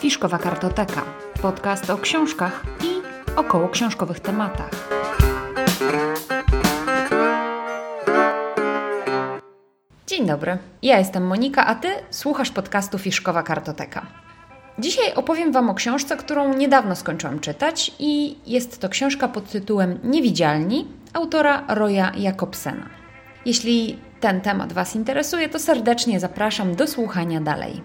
Fiszkowa Kartoteka. Podcast o książkach i około książkowych tematach. Dzień dobry, ja jestem Monika, a Ty słuchasz podcastu Fiszkowa Kartoteka. Dzisiaj opowiem Wam o książce, którą niedawno skończyłam czytać i jest to książka pod tytułem Niewidzialni autora Roya Jacobsena. Jeśli ten temat Was interesuje, to serdecznie zapraszam do słuchania dalej.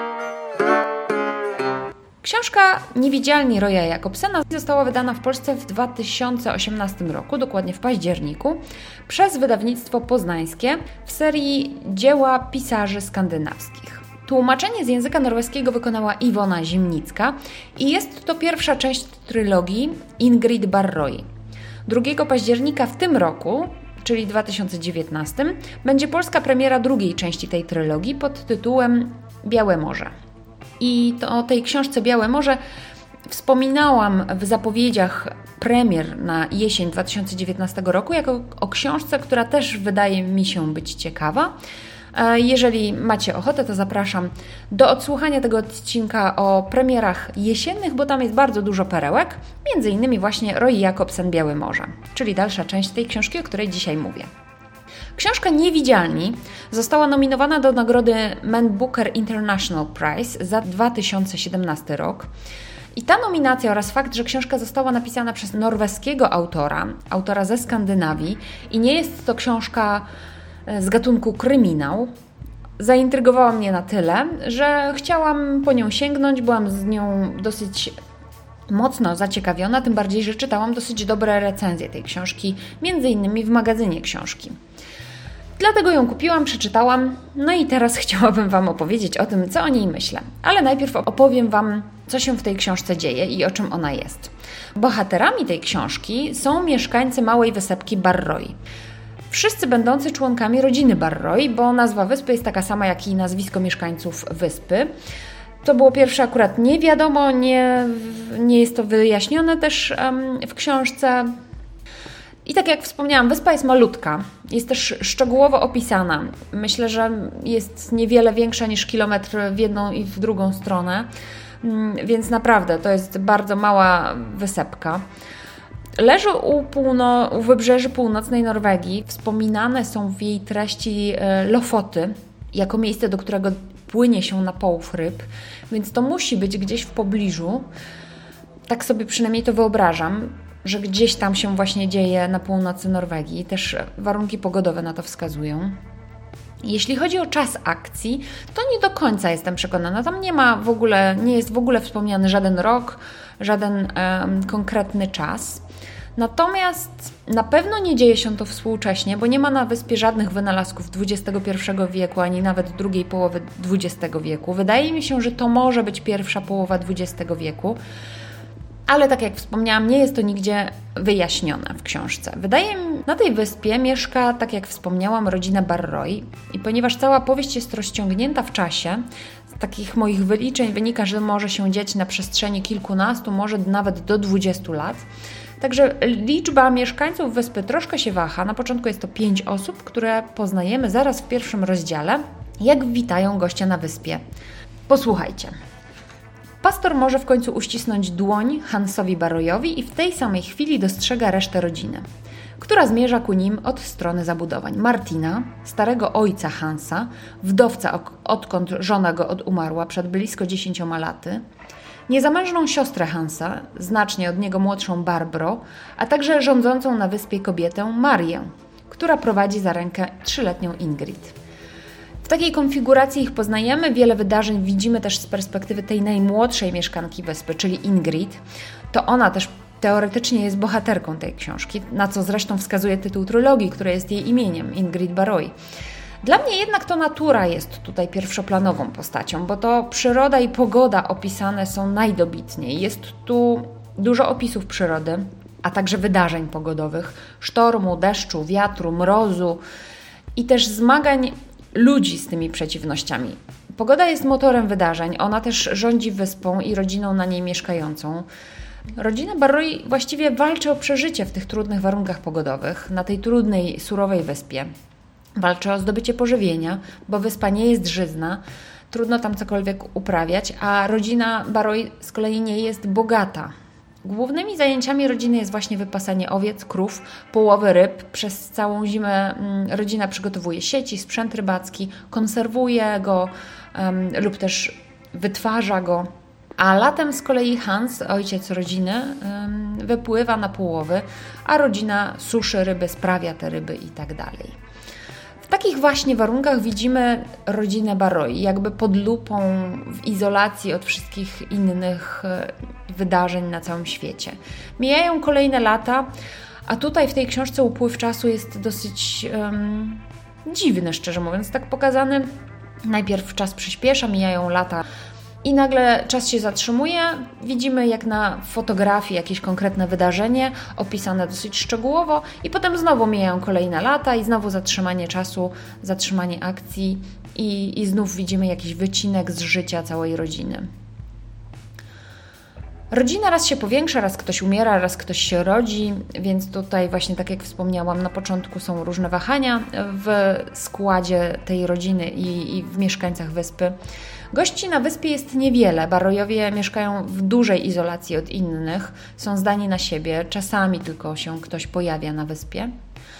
Książka Niewidzialni Roya Jacobsena została wydana w Polsce w 2018 roku, dokładnie w październiku, przez wydawnictwo poznańskie w serii Dzieła pisarzy skandynawskich. Tłumaczenie z języka norweskiego wykonała Iwona Zimnicka i jest to pierwsza część trylogii Ingrid Barroi. 2 października w tym roku, czyli 2019, będzie polska premiera drugiej części tej trylogii pod tytułem Białe Morze. I to o tej książce Białe Morze wspominałam w zapowiedziach premier na jesień 2019 roku jako o książce, która też wydaje mi się być ciekawa. Jeżeli macie ochotę, to zapraszam do odsłuchania tego odcinka o premierach jesiennych, bo tam jest bardzo dużo perełek, między innymi właśnie Roy Jacobsen Białe Morze, czyli dalsza część tej książki, o której dzisiaj mówię. Książka Niewidzialni została nominowana do nagrody Man Booker International Prize za 2017 rok. I ta nominacja oraz fakt, że książka została napisana przez norweskiego autora ze Skandynawii i nie jest to książka z gatunku kryminał, zaintrygowała mnie na tyle, że chciałam po nią sięgnąć, byłam z nią dosyć mocno zaciekawiona, tym bardziej, że czytałam dosyć dobre recenzje tej książki, między innymi w magazynie książki. Dlatego ją kupiłam, przeczytałam, no i teraz chciałabym Wam opowiedzieć o tym, co o niej myślę. Ale najpierw opowiem Wam, co się w tej książce dzieje i o czym ona jest. Bohaterami tej książki są mieszkańcy małej wysepki Barroi. Wszyscy będący członkami rodziny Barroi, bo nazwa wyspy jest taka sama, jak i nazwisko mieszkańców wyspy. To było pierwsze akurat nie wiadomo, nie jest to wyjaśnione też w książce. I tak jak wspomniałam, wyspa jest malutka, jest też szczegółowo opisana. Myślę, że jest niewiele większa niż kilometr w jedną i w drugą stronę, więc naprawdę to jest bardzo mała wysepka. Leży u wybrzeży północnej Norwegii. Wspominane są w jej treści Lofoty, jako miejsce, do którego płynie się na połów ryb, więc to musi być gdzieś w pobliżu. Tak sobie przynajmniej to wyobrażam, że gdzieś tam się właśnie dzieje na północy Norwegii. Też warunki pogodowe na to wskazują. Jeśli chodzi o czas akcji, to nie do końca jestem przekonana. Tam nie jest w ogóle wspomniany żaden rok, żaden konkretny czas. Natomiast na pewno nie dzieje się to współcześnie, bo nie ma na wyspie żadnych wynalazków XXI wieku, ani nawet drugiej połowy XX wieku. Wydaje mi się, że to może być pierwsza połowa XX wieku. Ale tak jak wspomniałam, nie jest to nigdzie wyjaśnione w książce. Na tej wyspie mieszka, tak jak wspomniałam, rodzina Barroi i ponieważ cała powieść jest rozciągnięta w czasie, z takich moich wyliczeń wynika, że może się dziać na przestrzeni kilkunastu, może nawet do 20 lat. Także liczba mieszkańców wyspy troszkę się waha. Na początku jest to 5 osób, które poznajemy zaraz w pierwszym rozdziale, jak witają gościa na wyspie. Posłuchajcie. Pastor może w końcu uścisnąć dłoń Hansowi Barroyowi i w tej samej chwili dostrzega resztę rodziny, która zmierza ku nim od strony zabudowań. Martina, starego ojca Hansa, wdowca odkąd żona go odumarła przed blisko 10 laty, niezamężną siostrę Hansa, znacznie od niego młodszą Barbro, a także rządzącą na wyspie kobietę Marię, która prowadzi za rękę 3-letnią Ingrid. W takiej konfiguracji ich poznajemy, wiele wydarzeń widzimy też z perspektywy tej najmłodszej mieszkanki wyspy, czyli Ingrid. To ona też teoretycznie jest bohaterką tej książki, na co zresztą wskazuje tytuł trylogii, który jest jej imieniem, Ingrid Barroi. Dla mnie jednak to natura jest tutaj pierwszoplanową postacią, bo to przyroda i pogoda opisane są najdobitniej. Jest tu dużo opisów przyrody, a także wydarzeń pogodowych, sztormu, deszczu, wiatru, mrozu i też zmagań ludzi z tymi przeciwnościami. Pogoda jest motorem wydarzeń, ona też rządzi wyspą i rodziną na niej mieszkającą. Rodzina Barroi właściwie walczy o przeżycie w tych trudnych warunkach pogodowych, na tej trudnej, surowej wyspie. Walczy o zdobycie pożywienia, bo wyspa nie jest żyzna. trudno tam cokolwiek uprawiać, a rodzina Baroi z kolei nie jest bogata. Głównymi zajęciami rodziny jest właśnie wypasanie owiec, krów, połowy ryb. Przez całą zimę rodzina przygotowuje sieci, sprzęt rybacki, konserwuje go lub też wytwarza go. A latem z kolei Hans, ojciec rodziny, wypływa na połowy, a rodzina suszy ryby, sprawia te ryby i tak dalej. W takich właśnie warunkach widzimy rodzinę Baroi, jakby pod lupą, w izolacji od wszystkich innych wydarzeń na całym świecie. Mijają kolejne lata, a tutaj w tej książce upływ czasu jest dosyć dziwny, szczerze mówiąc, tak pokazany. Najpierw czas przyspiesza, mijają lata i nagle czas się zatrzymuje. Widzimy jak na fotografii jakieś konkretne wydarzenie opisane dosyć szczegółowo i potem znowu mijają kolejne lata i znowu zatrzymanie czasu, zatrzymanie akcji i znów widzimy jakiś wycinek z życia całej rodziny. Rodzina raz się powiększa, raz ktoś umiera, raz ktoś się rodzi, więc tutaj właśnie tak jak wspomniałam na początku są różne wahania w składzie tej rodziny i w mieszkańcach wyspy. Gości na wyspie jest niewiele. Barojowie mieszkają w dużej izolacji od innych, są zdani na siebie, czasami tylko się ktoś pojawia na wyspie.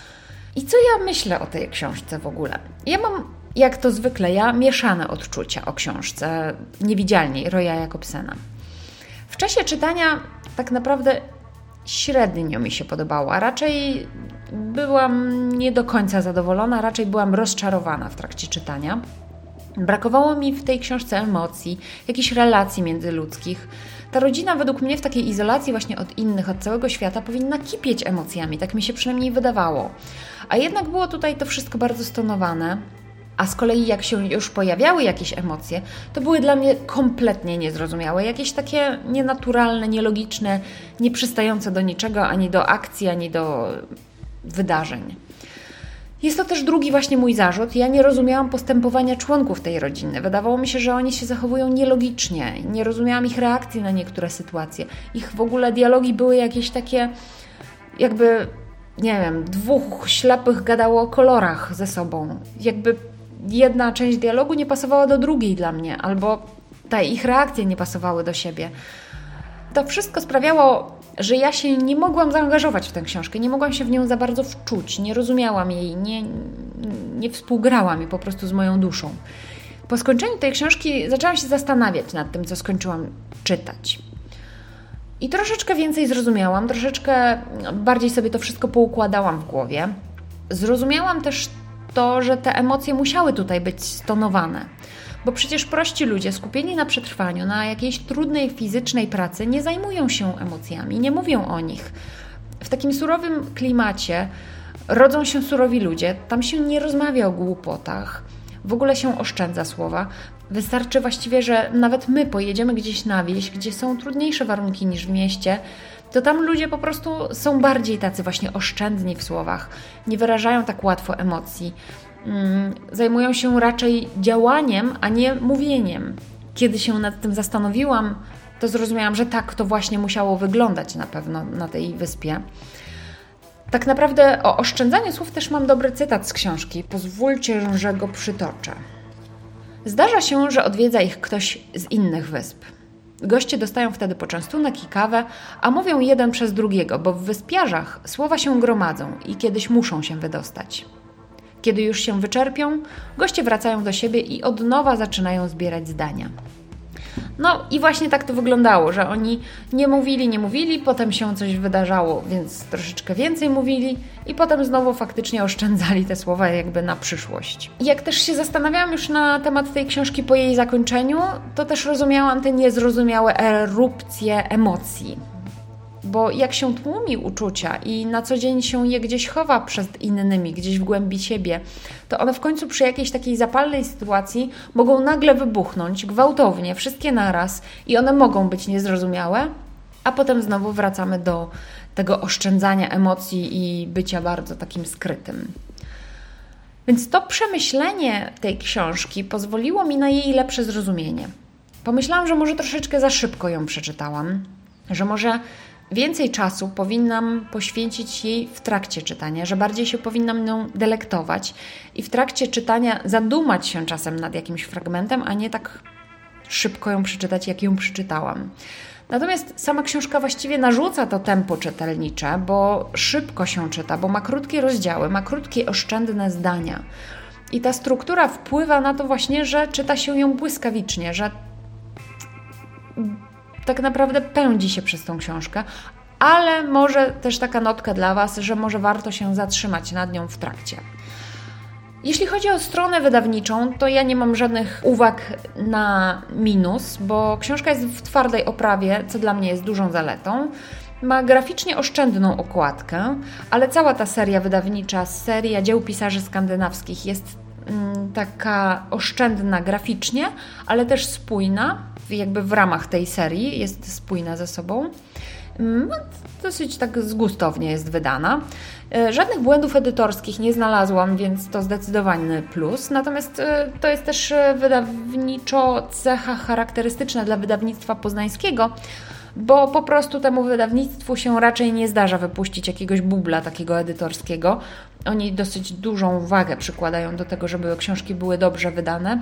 I co ja myślę o tej książce w ogóle? Ja mam, jak to zwykle mieszane odczucia o książce Niewidzialni Roya Jacobsena. W czasie czytania tak naprawdę średnio mi się podobała. Raczej byłam nie do końca zadowolona, raczej byłam rozczarowana w trakcie czytania. Brakowało mi w tej książce emocji, jakichś relacji międzyludzkich. Ta rodzina według mnie w takiej izolacji właśnie od innych, od całego świata powinna kipieć emocjami, tak mi się przynajmniej wydawało. A jednak było tutaj to wszystko bardzo stonowane. A z kolei jak się już pojawiały jakieś emocje, to były dla mnie kompletnie niezrozumiałe, jakieś takie nienaturalne, nielogiczne, nieprzystające do niczego, ani do akcji, ani do wydarzeń. Jest to też drugi właśnie mój zarzut. Ja nie rozumiałam postępowania członków tej rodziny. Wydawało mi się, że oni się zachowują nielogicznie. Nie rozumiałam ich reakcji na niektóre sytuacje. Ich w ogóle dialogi były jakieś takie, jakby, nie wiem, dwóch ślepych gadało o kolorach ze sobą. Jakby jedna część dialogu nie pasowała do drugiej dla mnie, albo te ich reakcje nie pasowały do siebie. To wszystko sprawiało, że ja się nie mogłam zaangażować w tę książkę, nie mogłam się w nią za bardzo wczuć, nie rozumiałam jej, nie współgrała mi po prostu z moją duszą. Po skończeniu tej książki zaczęłam się zastanawiać nad tym, co skończyłam czytać. I troszeczkę więcej zrozumiałam, troszeczkę bardziej sobie to wszystko poukładałam w głowie. Zrozumiałam też to, że te emocje musiały tutaj być stonowane. Bo przecież prości ludzie skupieni na przetrwaniu, na jakiejś trudnej fizycznej pracy nie zajmują się emocjami, nie mówią o nich. W takim surowym klimacie rodzą się surowi ludzie, tam się nie rozmawia o głupotach, w ogóle się oszczędza słowa. Wystarczy właściwie, że nawet my pojedziemy gdzieś na wieś, gdzie są trudniejsze warunki niż w mieście, to tam ludzie po prostu są bardziej tacy właśnie oszczędni w słowach, nie wyrażają tak łatwo emocji. Zajmują się raczej działaniem, a nie mówieniem. Kiedy się nad tym zastanowiłam, to zrozumiałam, że tak to właśnie musiało wyglądać na pewno na tej wyspie. Tak naprawdę o oszczędzaniu słów też mam dobry cytat z książki. Pozwólcie, że go przytoczę. Zdarza się, że odwiedza ich ktoś z innych wysp. Goście dostają wtedy poczęstunek i kawę, a mówią jeden przez drugiego, bo w wyspiarzach słowa się gromadzą i kiedyś muszą się wydostać. Kiedy już się wyczerpią, goście wracają do siebie i od nowa zaczynają zbierać zdania. No i właśnie tak to wyglądało, że oni nie mówili, potem się coś wydarzało, więc troszeczkę więcej mówili i potem znowu faktycznie oszczędzali te słowa jakby na przyszłość. I jak też się zastanawiałam już na temat tej książki po jej zakończeniu, to też rozumiałam te niezrozumiałe erupcje emocji. Bo jak się tłumi uczucia i na co dzień się je gdzieś chowa przed innymi, gdzieś w głębi siebie, to one w końcu przy jakiejś takiej zapalnej sytuacji mogą nagle wybuchnąć, gwałtownie, wszystkie naraz i one mogą być niezrozumiałe, a potem znowu wracamy do tego oszczędzania emocji i bycia bardzo takim skrytym. Więc to przemyślenie tej książki pozwoliło mi na jej lepsze zrozumienie. Pomyślałam, że może troszeczkę za szybko ją przeczytałam, że może więcej czasu powinnam poświęcić jej w trakcie czytania, że bardziej się powinnam nią delektować i w trakcie czytania zadumać się czasem nad jakimś fragmentem, a nie tak szybko ją przeczytać, jak ją przeczytałam. Natomiast sama książka właściwie narzuca to tempo czytelnicze, bo szybko się czyta, bo ma krótkie rozdziały, ma krótkie, oszczędne zdania. I ta struktura wpływa na to właśnie, że czyta się ją błyskawicznie, że tak naprawdę pędzi się przez tą książkę, ale może też taka notka dla Was, że może warto się zatrzymać nad nią w trakcie. Jeśli chodzi o stronę wydawniczą, to ja nie mam żadnych uwag na minus, bo książka jest w twardej oprawie, co dla mnie jest dużą zaletą. Ma graficznie oszczędną okładkę, ale cała ta seria wydawnicza, seria dzieł pisarzy skandynawskich jest taka oszczędna graficznie, ale też spójna, jakby w ramach tej serii jest spójna ze sobą. Dosyć tak zgustownie jest wydana. Żadnych błędów edytorskich nie znalazłam, więc to zdecydowany plus. Natomiast to jest też wydawniczo cecha charakterystyczna dla wydawnictwa poznańskiego, bo po prostu temu wydawnictwu się raczej nie zdarza wypuścić jakiegoś bubla takiego edytorskiego. Oni dosyć dużą wagę przykładają do tego, żeby książki były dobrze wydane.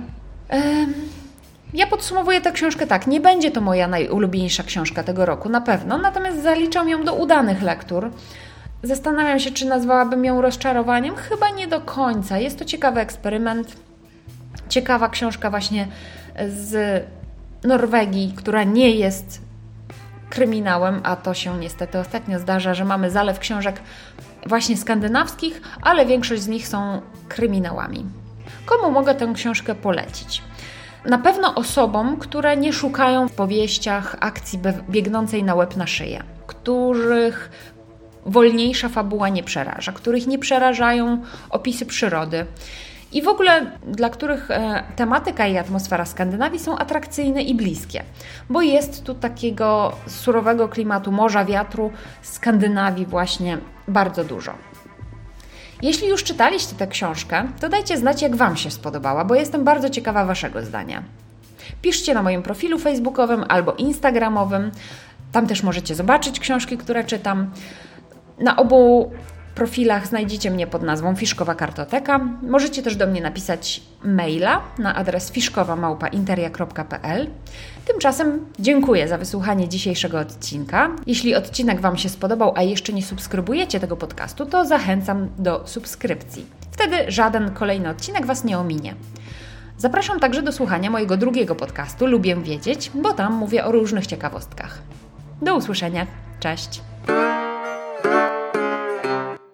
Ja podsumowuję tę książkę tak, nie będzie to moja najulubieńsza książka tego roku, na pewno, natomiast zaliczam ją do udanych lektur. Zastanawiam się, czy nazwałabym ją rozczarowaniem, chyba nie do końca. Jest to ciekawy eksperyment, ciekawa książka właśnie z Norwegii, która nie jest kryminałem, a to się niestety ostatnio zdarza, że mamy zalew książek właśnie skandynawskich, ale większość z nich są kryminałami. Komu mogę tę książkę polecić? Na pewno osobom, które nie szukają w powieściach akcji biegnącej na łeb na szyję, których wolniejsza fabuła nie przeraża, których nie przerażają opisy przyrody i w ogóle dla których tematyka i atmosfera Skandynawii są atrakcyjne i bliskie, bo jest tu takiego surowego klimatu morza, wiatru, Skandynawii właśnie bardzo dużo. Jeśli już czytaliście tę książkę, to dajcie znać, jak Wam się spodobała, bo jestem bardzo ciekawa Waszego zdania. Piszcie na moim profilu facebookowym albo instagramowym. Tam też możecie zobaczyć książki, które czytam. Na obu profilach znajdziecie mnie pod nazwą Fiszkowa Kartoteka. Możecie też do mnie napisać maila na adres fiszkowa@interia.pl. Tymczasem dziękuję za wysłuchanie dzisiejszego odcinka. Jeśli odcinek Wam się spodobał, a jeszcze nie subskrybujecie tego podcastu, to zachęcam do subskrypcji. Wtedy żaden kolejny odcinek Was nie ominie. Zapraszam także do słuchania mojego drugiego podcastu Lubię Wiedzieć, bo tam mówię o różnych ciekawostkach. Do usłyszenia. Cześć!